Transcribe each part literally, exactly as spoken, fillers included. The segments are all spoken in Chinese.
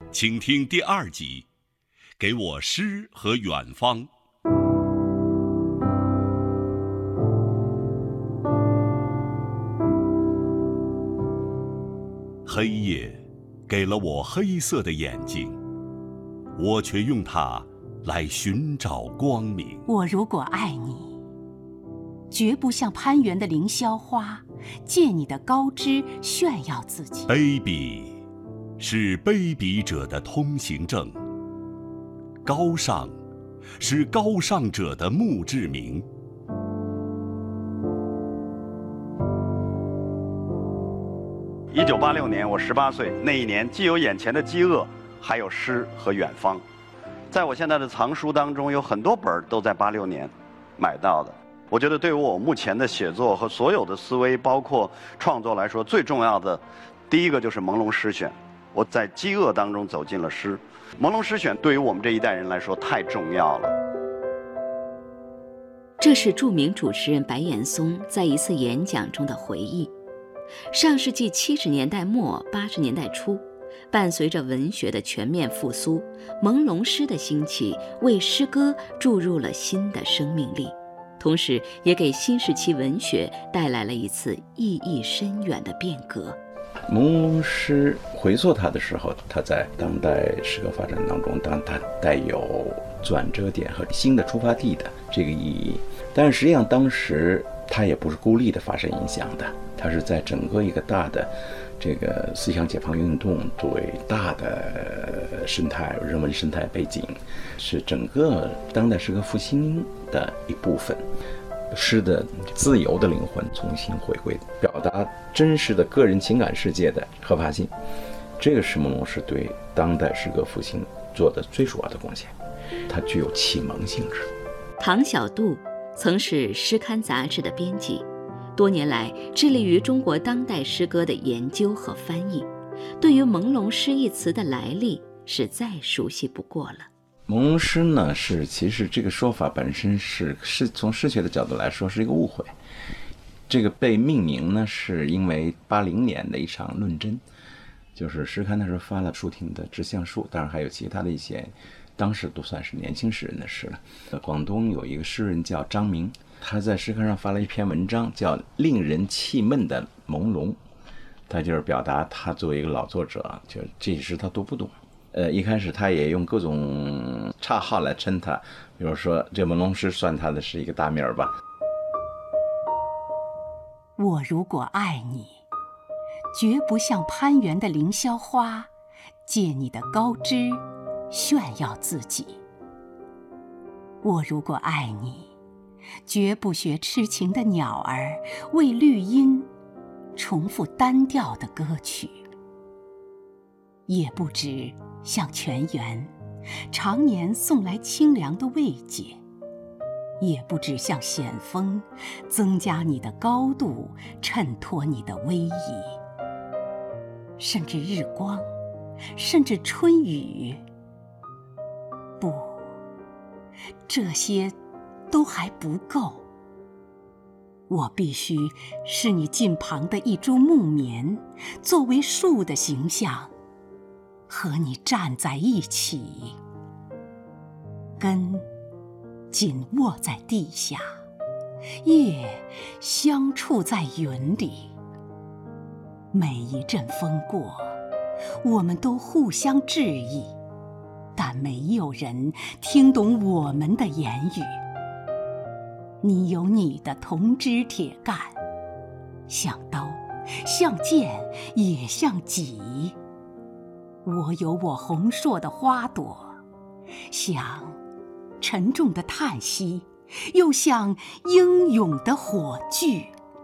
请听第二集，给我诗和远方。黑夜给了我黑色的眼睛，我却用它来寻找光明。 我如果爱你，绝不像攀援的凌霄花，借你的高枝炫耀自己。 卑鄙是卑鄙者的通行证，高尚是高尚者的墓志铭。 一九八六年，我十八岁，那一年既有眼前的饥饿，还有诗和远方。在我现在的藏书当中，有很多本都在八六年买到的。我觉得对于我目前的写作和所有的思维，包括创作来说，最重要的第一个就是朦胧诗选。我在饥饿当中走进了诗，朦胧诗选对于我们这一代人来说太重要了。 这是著名主持人白岩松在一次演讲中的回忆。上世纪七十年代末八十年代初，伴随着文学的全面复苏，朦胧诗的兴起为诗歌注入了新的生命力，同时也给新时期文学带来了一次意义深远的变革。 朦胧诗回溯它的时候，它在当代诗歌发展当中，当它带有转折点和新的出发地的这个意义。但是实际上当时它也不是孤立的发生影响的，它是在整个一个大的这个思想解放运动作为大的生态人文生态背景，是整个当代诗歌复兴的一部分。诗的自由的灵魂重新回归，表达真实的个人情感世界的合法性，这个是朦胧诗对当代诗歌复兴做的最主要的贡献，它具有启蒙性质。 唐小杜曾是诗刊杂志的编辑，多年来致力于中国当代诗歌的研究和翻译，对于朦胧诗一词的来历是再熟悉不过了。 朦胧诗呢，是其实这个说法本身是是从诗学的角度来说是一个误会。这个被命名呢，是因为八零年的一场论争，就是诗刊那时候发了舒婷的《致橡树》，当然还有其他的一些，当时都算是年轻诗人的诗了。广东有一个诗人叫张明，他在诗刊上发了一篇文章，叫《令人气闷的朦胧》，他就是表达他作为一个老作者，就这些诗他读不懂。呃，一开始他也用各种绰号来称他，比如说这朦胧诗算他的是一个大名吧。 我如果爱你，绝不像攀援的凌霄花，借你的高枝炫耀自己。我如果爱你，绝不学痴情的鸟儿为绿荫重复单调的歌曲，也不止像泉源常年送来清凉的慰藉，也不止像险峰增加你的高度，衬托你的威仪，甚至日光，甚至春雨。不，这些都还不够。我必须是你近旁的一株木棉，作为树的形象和你站在一起，根紧握在地下，叶相触在云里。每一阵风过，我们都互相致意，但没有人听懂我们的言语。你有你的铜枝铁干，像刀，像剑，也像戟。我有我红硕的花朵，像沉重的叹息，又像英勇的火炬。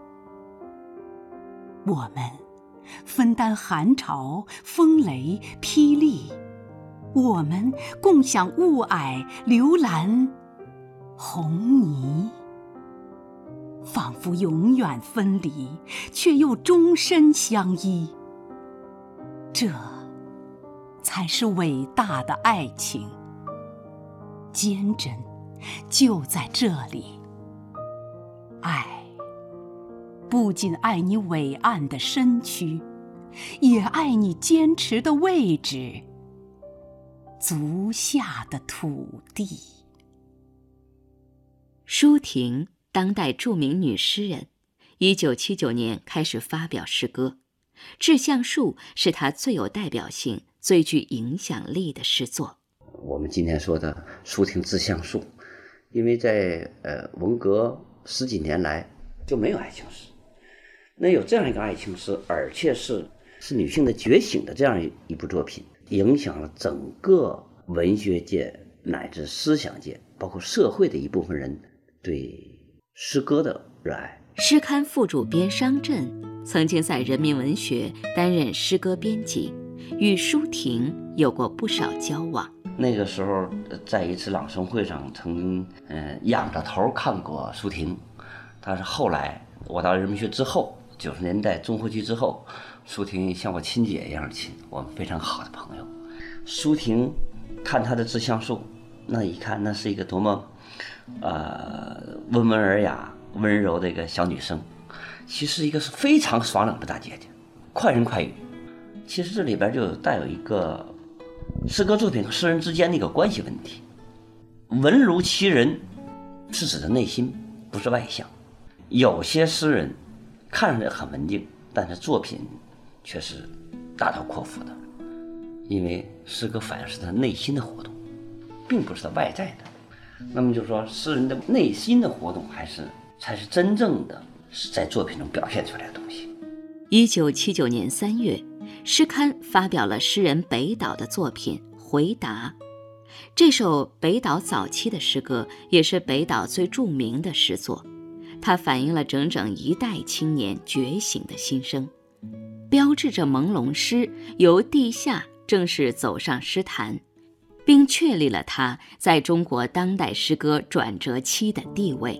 我们分担寒潮、风雷、霹雳，我们共享雾霭、流岚、红泥，仿佛永远分离，却又终身相依。这才是伟大的爱情，坚贞就在这里。爱不仅爱你伟岸的身躯，也爱你坚持的位置足下的土地。 舒婷，当代著名女诗人，一九七九年开始发表诗歌，《致橡树》是她最有代表性、最具影响力的诗作。 我们今天说的舒婷《致橡树》，因为在呃文革十几年来就没有爱情诗，那有这样一个爱情诗，而且是是女性的觉醒的这样一部作品，影响了整个文学界乃至思想界，包括社会的一部分人对诗歌的热爱。 诗刊副主编商震曾经在人民文学担任诗歌编辑，与舒婷有过不少交往。 那个时候在一次朗诵会上曾经呃仰着头看过舒婷，但是后来我到人民学之后，九十年代中后期之后，舒婷像我亲姐一样亲，我们非常好的朋友。舒婷看她的《致橡树》，那一看那是一个多么呃温文尔雅温柔的一个小女生，其实一个是非常爽朗的大姐姐，快人快语。其实这里边就带有一个诗歌作品和诗人之间的一个关系问题。文如其人是指的内心，不是外向。有些诗人看上去很文静，但是作品却是大刀阔斧的，因为诗歌反映是他内心的活动，并不是他外在的。那么就是说，诗人的内心的活动还是才是真正的是在作品中表现出来的东西。 一九七九年三月，诗刊发表了诗人北岛的作品《回答》。这首北岛早期的诗歌也是北岛最著名的诗作，它反映了整整一代青年觉醒的心声，标志着朦胧诗由地下正式走上诗坛，并确立了它在中国当代诗歌转折期的地位。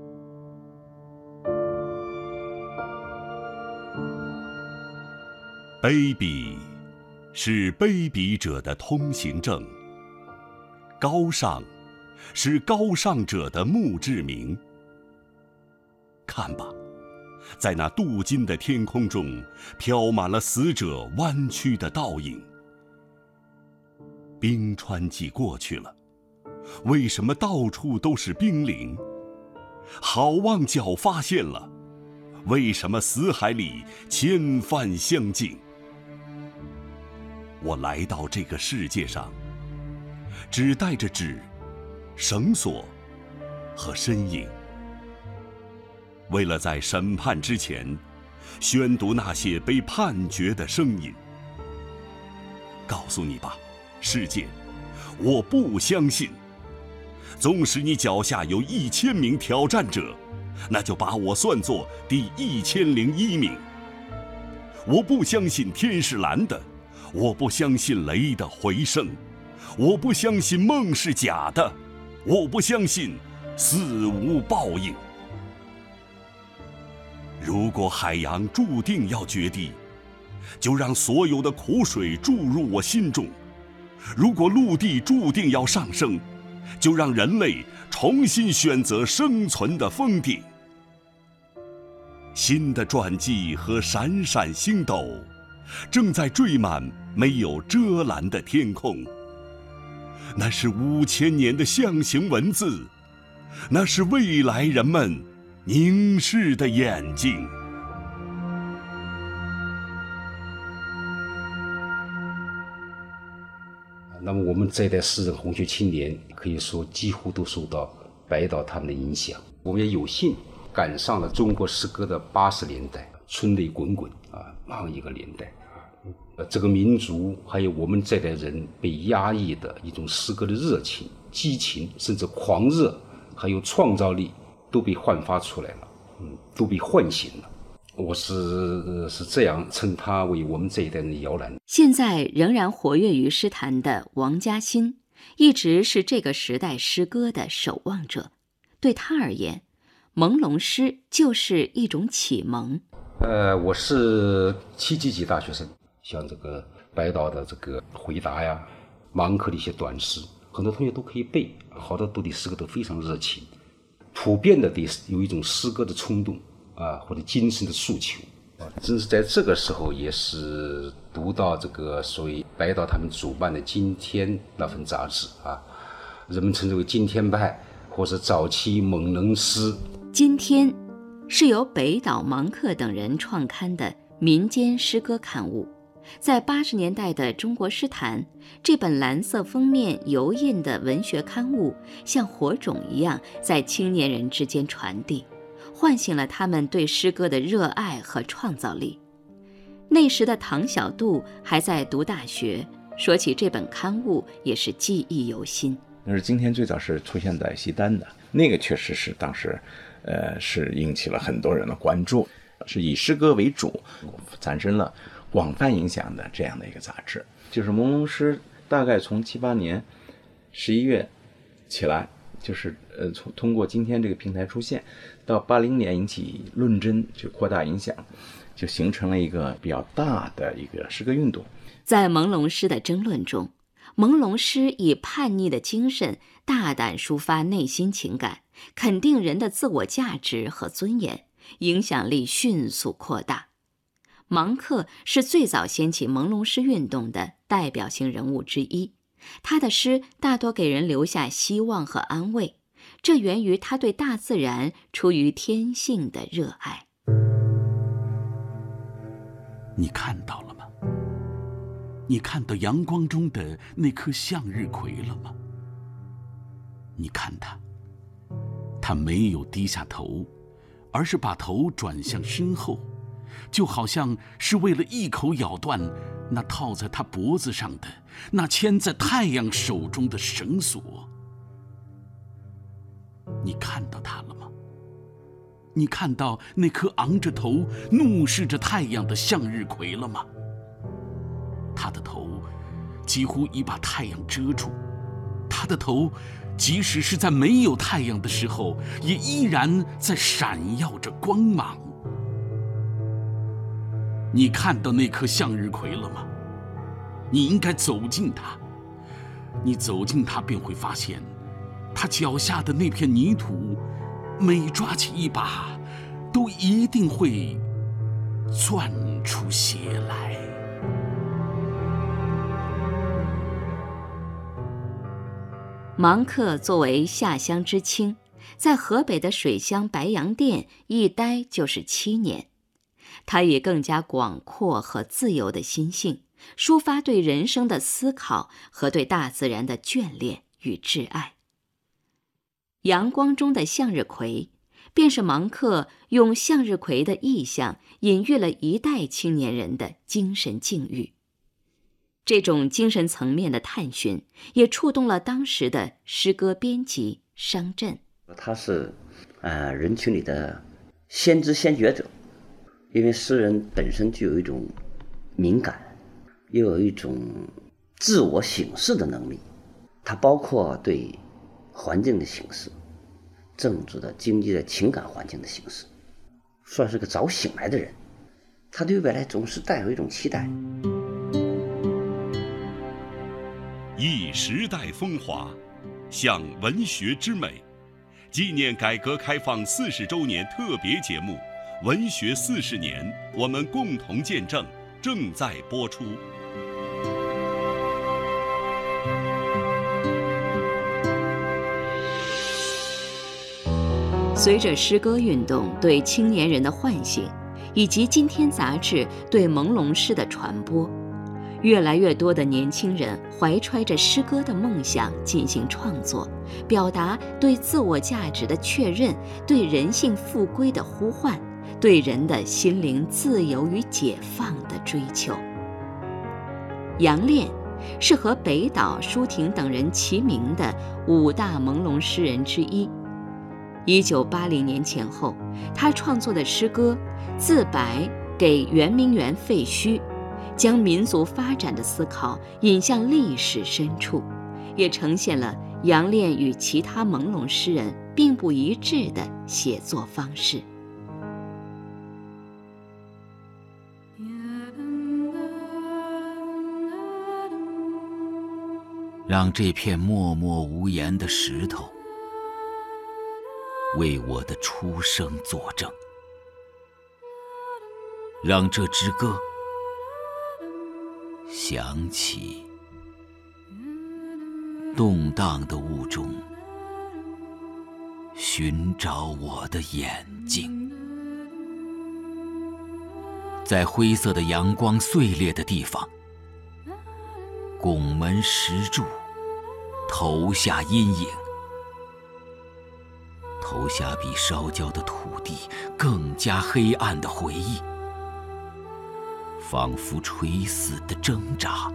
卑鄙是卑鄙者的通行证，高尚是高尚者的墓志铭。看吧，在那镀金的天空中飘满了死者弯曲的倒影。冰川季过去了，为什么到处都是冰凌？好望角发现了，为什么死海里千帆相竞？我来到这个世界上，只带着纸、绳索和身影，为了在审判之前宣读那些被判决的声音。告诉你吧，世界，我不相信。纵使你脚下有一千名挑战者，那就把我算作第一千零一名。我不相信天是蓝的，我不相信雷的回声，我不相信梦是假的，我不相信死无报应。如果海洋注定要决堤，就让所有的苦水注入我心中；如果陆地注定要上升，就让人类重新选择生存的峰顶。新的传记和闪闪星斗正在缀满没有遮拦的天空，那是五千年的象形文字，那是未来人们凝视的眼睛。 那么我们这一代诗人红学青年可以说几乎都受到白岛他们的影响。我们也有幸赶上了中国诗歌的八十年代，春雷滚滚啊，那样一个年代啊，这个民族还有我们这代人被压抑的一种诗歌的热情、激情，甚至狂热，还有创造力都被焕发出来了，嗯，都被唤醒了。我是是这样称他为我们这一代人的摇篮。 现在仍然活跃于诗坛的王嘉欣，一直是这个时代诗歌的守望者。对他而言，朦胧诗就是一种启蒙。 呃，我是七几级大学生，像这个白岛的这个回答呀，马恩克的一些短诗，很多同学都可以背，好多都对诗歌都非常热情，普遍的对有一种诗歌的冲动啊，或者精神的诉求啊。正是在这个时候，也是读到这个所谓白岛他们主办的《今天》那份杂志啊，人们称之为今天派，或是早期蒙龙诗。 今天是由北岛、芒克等人创刊的民间诗歌刊物。在八十年代的《中国诗坛》，这本蓝色封面油印的文学刊物像火种一样在青年人之间传递，唤醒了他们对诗歌的热爱和创造力。那时的唐小杜还在读大学，说起这本刊物也是记忆犹新。 那是今天最早是出现在西单的，那个确实是当时呃，是引起了很多人的关注，是以诗歌为主，产生了广泛影响的这样的一个杂志。就是朦胧诗大概从七八年十一月起来，就是呃从通过今天这个平台出现，到八零年引起论争，就扩大影响，就形成了一个比较大的一个诗歌运动。 在朦胧诗的争论中，朦胧诗以叛逆的精神大胆抒发内心情感，肯定人的自我价值和尊严，影响力迅速扩大。芒克是最早掀起朦胧诗运动的代表性人物之一，他的诗大多给人留下希望和安慰，这源于他对大自然出于天性的热爱。 你看到了吗？你看到阳光中的那颗向日葵了吗？你看它，它没有低下头，而是把头转向身后，就好像是为了一口咬断那套在他脖子上的、那牵在太阳手中的绳索。你看到它了吗？你看到那颗昂着头怒视着太阳的向日葵了吗？它的头几乎已把太阳遮住，它的头即使是在没有太阳的时候，也依然在闪耀着光芒。你看到那颗向日葵了吗？你应该走近它，你走近它便会发现，它脚下的那片泥土，每抓起一把，都一定会钻出血来。 芒克作为下乡知青，在河北的水乡白洋淀一待就是七年。他以更加广阔和自由的心性，抒发对人生的思考和对大自然的眷恋与挚爱。阳光中的向日葵，便是芒克用向日葵的意象隐喻了一代青年人的精神境遇。这种精神层面的探寻，也触动了当时的诗歌编辑商震。 他是呃人群里的先知先觉者，因为诗人本身就有一种敏感，又有一种自我省视的能力。它包括对环境的省视，政治的、经济的、情感环境的省视，算是个早醒来的人。他对未来总是带有一种期待。 忆时代风华，享文学之美，纪念改革开放四十周年特别节目《文学四十年》，我们共同见证正在播出。 随着诗歌运动对青年人的唤醒，以及今天杂志对朦胧诗的传播，越来越多的年轻人怀揣着诗歌的梦想进行创作，表达对自我价值的确认，对人性复归的呼唤，对人的心灵自由与解放的追求。杨炼是和北岛、舒婷等人齐名的五大朦胧诗人之一。一九八零年前后，他创作的诗歌《自白给圆明园废墟》，将民族发展的思考引向历史深处，也呈现了杨炼与其他朦胧诗人并不一致的写作方式。 让这片默默无言的石头为我的出生作证，让这支歌想起动荡的雾中，寻找我的眼睛，在灰色的阳光碎裂的地方，拱门石柱投下阴影，投下比烧焦的土地更加黑暗的回忆，仿佛垂死的挣扎，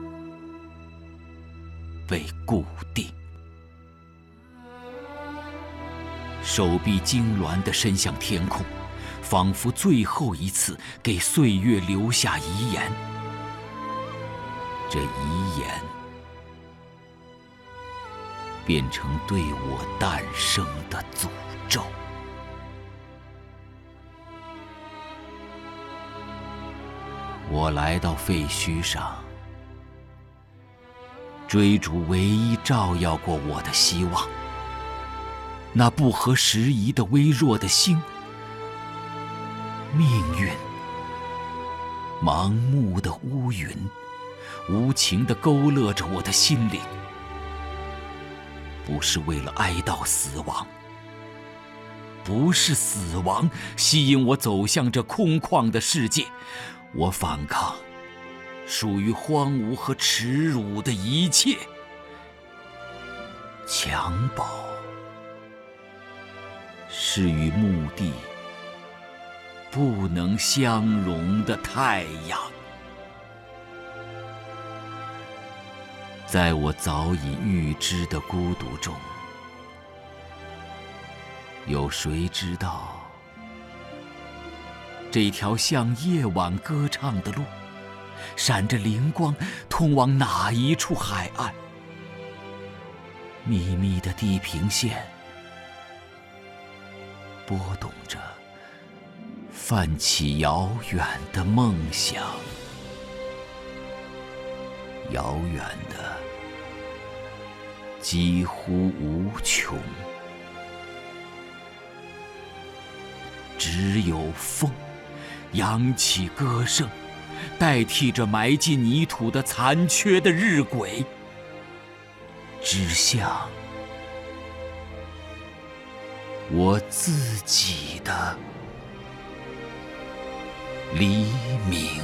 被固定。手臂痉挛地伸向天空，仿佛最后一次给岁月留下遗言。这遗言变成对我诞生的诅咒。我来到废墟上，追逐唯一照耀过我的希望，那不合时宜的微弱的星。命运，盲目的乌云，无情地勾勒着我的心灵。不是为了哀悼死亡，不是死亡吸引我走向这空旷的世界，我反抗属于荒芜和耻辱的一切。襁褓是与墓地不能相容的太阳。在我早已预知的孤独中，有谁知道这条向夜晚歌唱的路，闪着灵光，通往哪一处海岸？密密的地平线拨动着，泛起遥远的梦想，遥远的几乎无穷。只有风扬起歌声，代替着埋进泥土的残缺的日晷，指向我自己的黎明。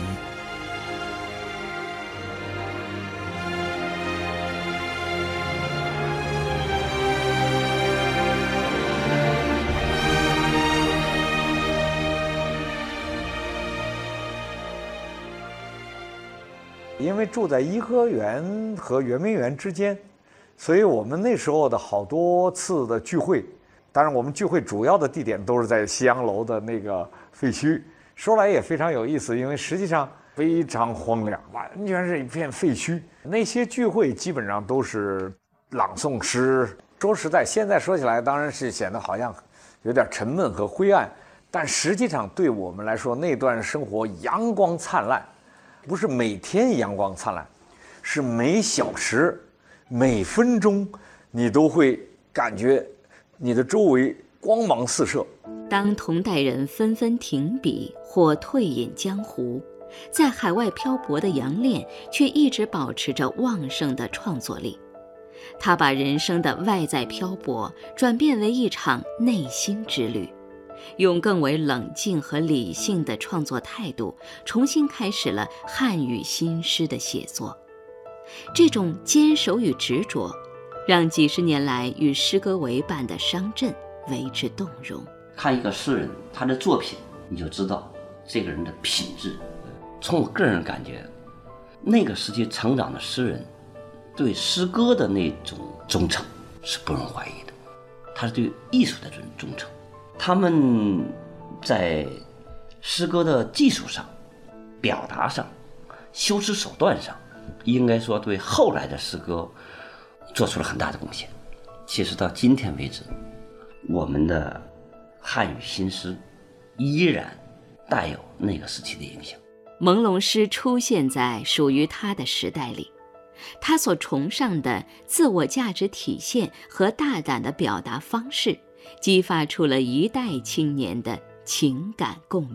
因为住在颐和园和圆明园之间，所以我们那时候的好多次的聚会，当然我们聚会主要的地点都是在西洋楼的那个废墟。说来也非常有意思，因为实际上非常荒凉，完全是一片废墟。那些聚会基本上都是朗诵诗。说实在，现在说起来当然是显得好像有点沉闷和灰暗，但实际上对我们来说，那段生活阳光灿烂。不是每天阳光灿烂，是每小时、每分钟，你都会感觉你的周围光芒四射。 当同代人纷纷停笔或退隐江湖，在海外漂泊的杨炼却一直保持着旺盛的创作力。他把人生的外在漂泊转变为一场内心之旅，用更为冷静和理性的创作态度，重新开始了汉语新诗的写作。这种坚守与执着，让几十年来与诗歌为伴的商震为之动容。 看一个诗人，他的作品，你就知道这个人的品质。从我个人感觉，那个时期成长的诗人，对诗歌的那种忠诚是不容怀疑的，他是对艺术的忠忠诚。他们在诗歌的技术上、表达上、修辞手段上，应该说对后来的诗歌做出了很大的贡献。其实到今天为止，我们的汉语新诗依然带有那个时期的影响。 朦胧诗出现在属于他的时代里，他所崇尚的自我价值体现和大胆的表达方式，激发出了一代青年的情感共鸣。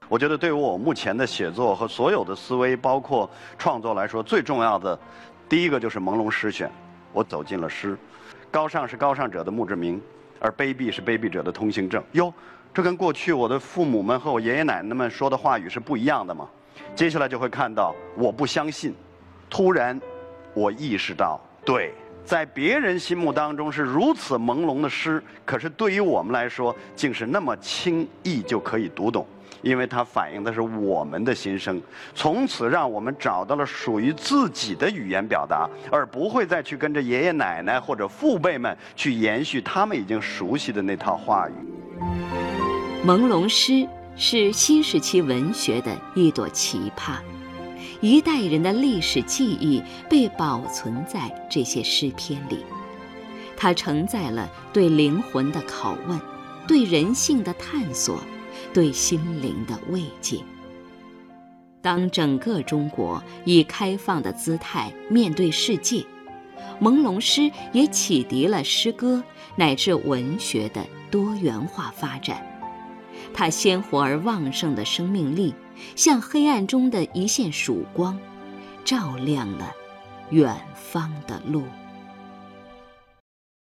我觉得对于我目前的写作和所有的思维，包括创作来说，最重要的，第一个就是朦胧诗选。我走进了诗，高尚是高尚者的墓志铭，而卑鄙是卑鄙者的通行证。哟，这跟过去我的父母们和我爷爷奶奶们说的话语是不一样的吗？接下来就会看到，我不相信。突然，我意识到，对。在别人心目当中是如此朦胧的诗，可是对于我们来说，竟是那么轻易就可以读懂，因为它反映的是我们的心声。从此让我们找到了属于自己的语言表达，而不会再去跟着爷爷奶奶或者父辈们去延续他们已经熟悉的那套话语。 朦胧诗是新时期文学的一朵奇葩。一代人的历史记忆被保存在这些诗篇里，它承载了对灵魂的拷问，对人性的探索，对心灵的慰藉。当整个中国以开放的姿态面对世界，朦胧诗也启迪了诗歌乃至文学的多元化发展。它鲜活而旺盛的生命力，像黑暗中的一线曙光，照亮了远方的路。